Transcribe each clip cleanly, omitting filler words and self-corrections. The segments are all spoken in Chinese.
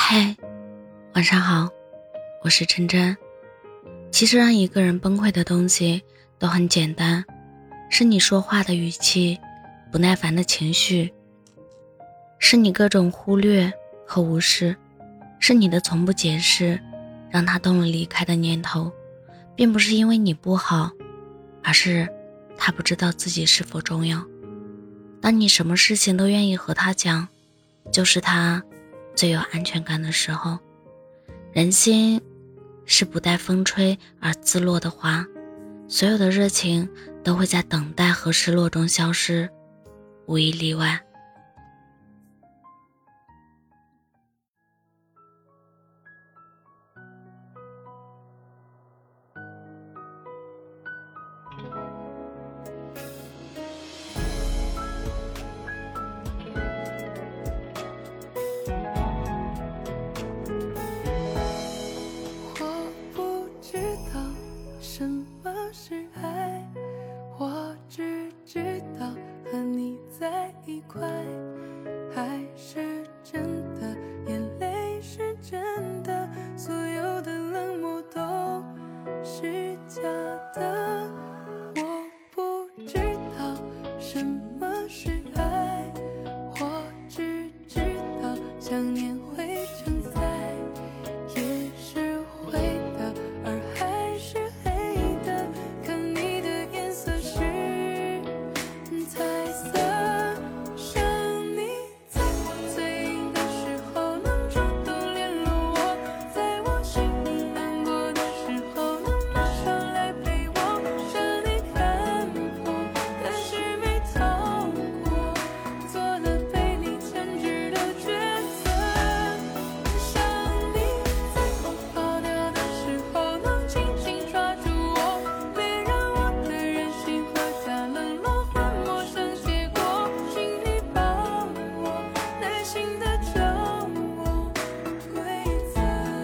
嗨，晚上好，我是真真。其实让一个人崩溃的东西都很简单，是你说话的语气，不耐烦的情绪，是你各种忽略和无视，是你的从不解释，让他动了离开的念头，并不是因为你不好，而是他不知道自己是否重要。当你什么事情都愿意和他讲，就是他最有安全感的时候。人心是不带风吹而自落的花，所有的热情都会在等待和失落中消失，无一例外。 我不知道什么是爱，我只知道和你在一块，爱是真的，眼泪是真的，所有的冷漠都是假的。我不知道什么是爱，我只知道想念会承载，也是灰的，而还是黑的，看你的颜色是彩色。想你在我最阴的时候能主动联络我，在我心里难过的时候能马上来陪我，想你看破，但是没逃过，做了被你牵制的角色。想你在我跑掉的时候能紧紧抓住我，别让我的任性和假冷落幻魔成结果，请你帮我耐心地教我规则。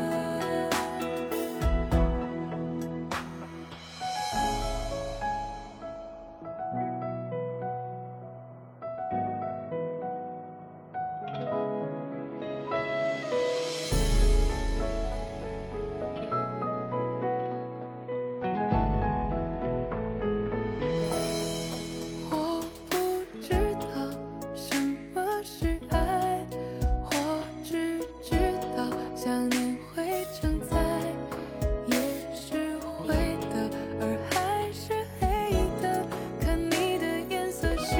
我不知道什么是爱，我只知道想念会承载，也是灰的，而还是黑的，看你的颜色是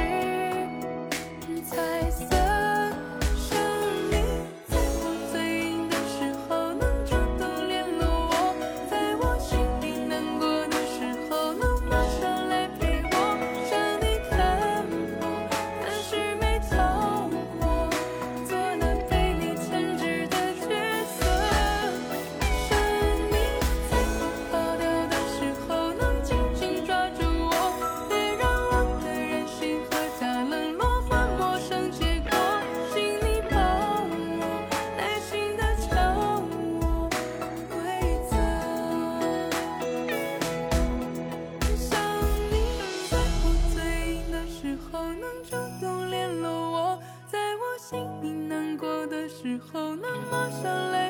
彩色。想你在我最阴的时候能主动联络我，在我心里难过的时候能马上来陪我，想你看破，但是没逃过，做了被你牵制的角色。想你在我跑掉的时候能紧紧抓住我，别让我的任性和假冷落幻魔成结果，请你帮我耐心地教我规则。想你在我最阴的时候能主动联络我，在我心里难过的时候能马上来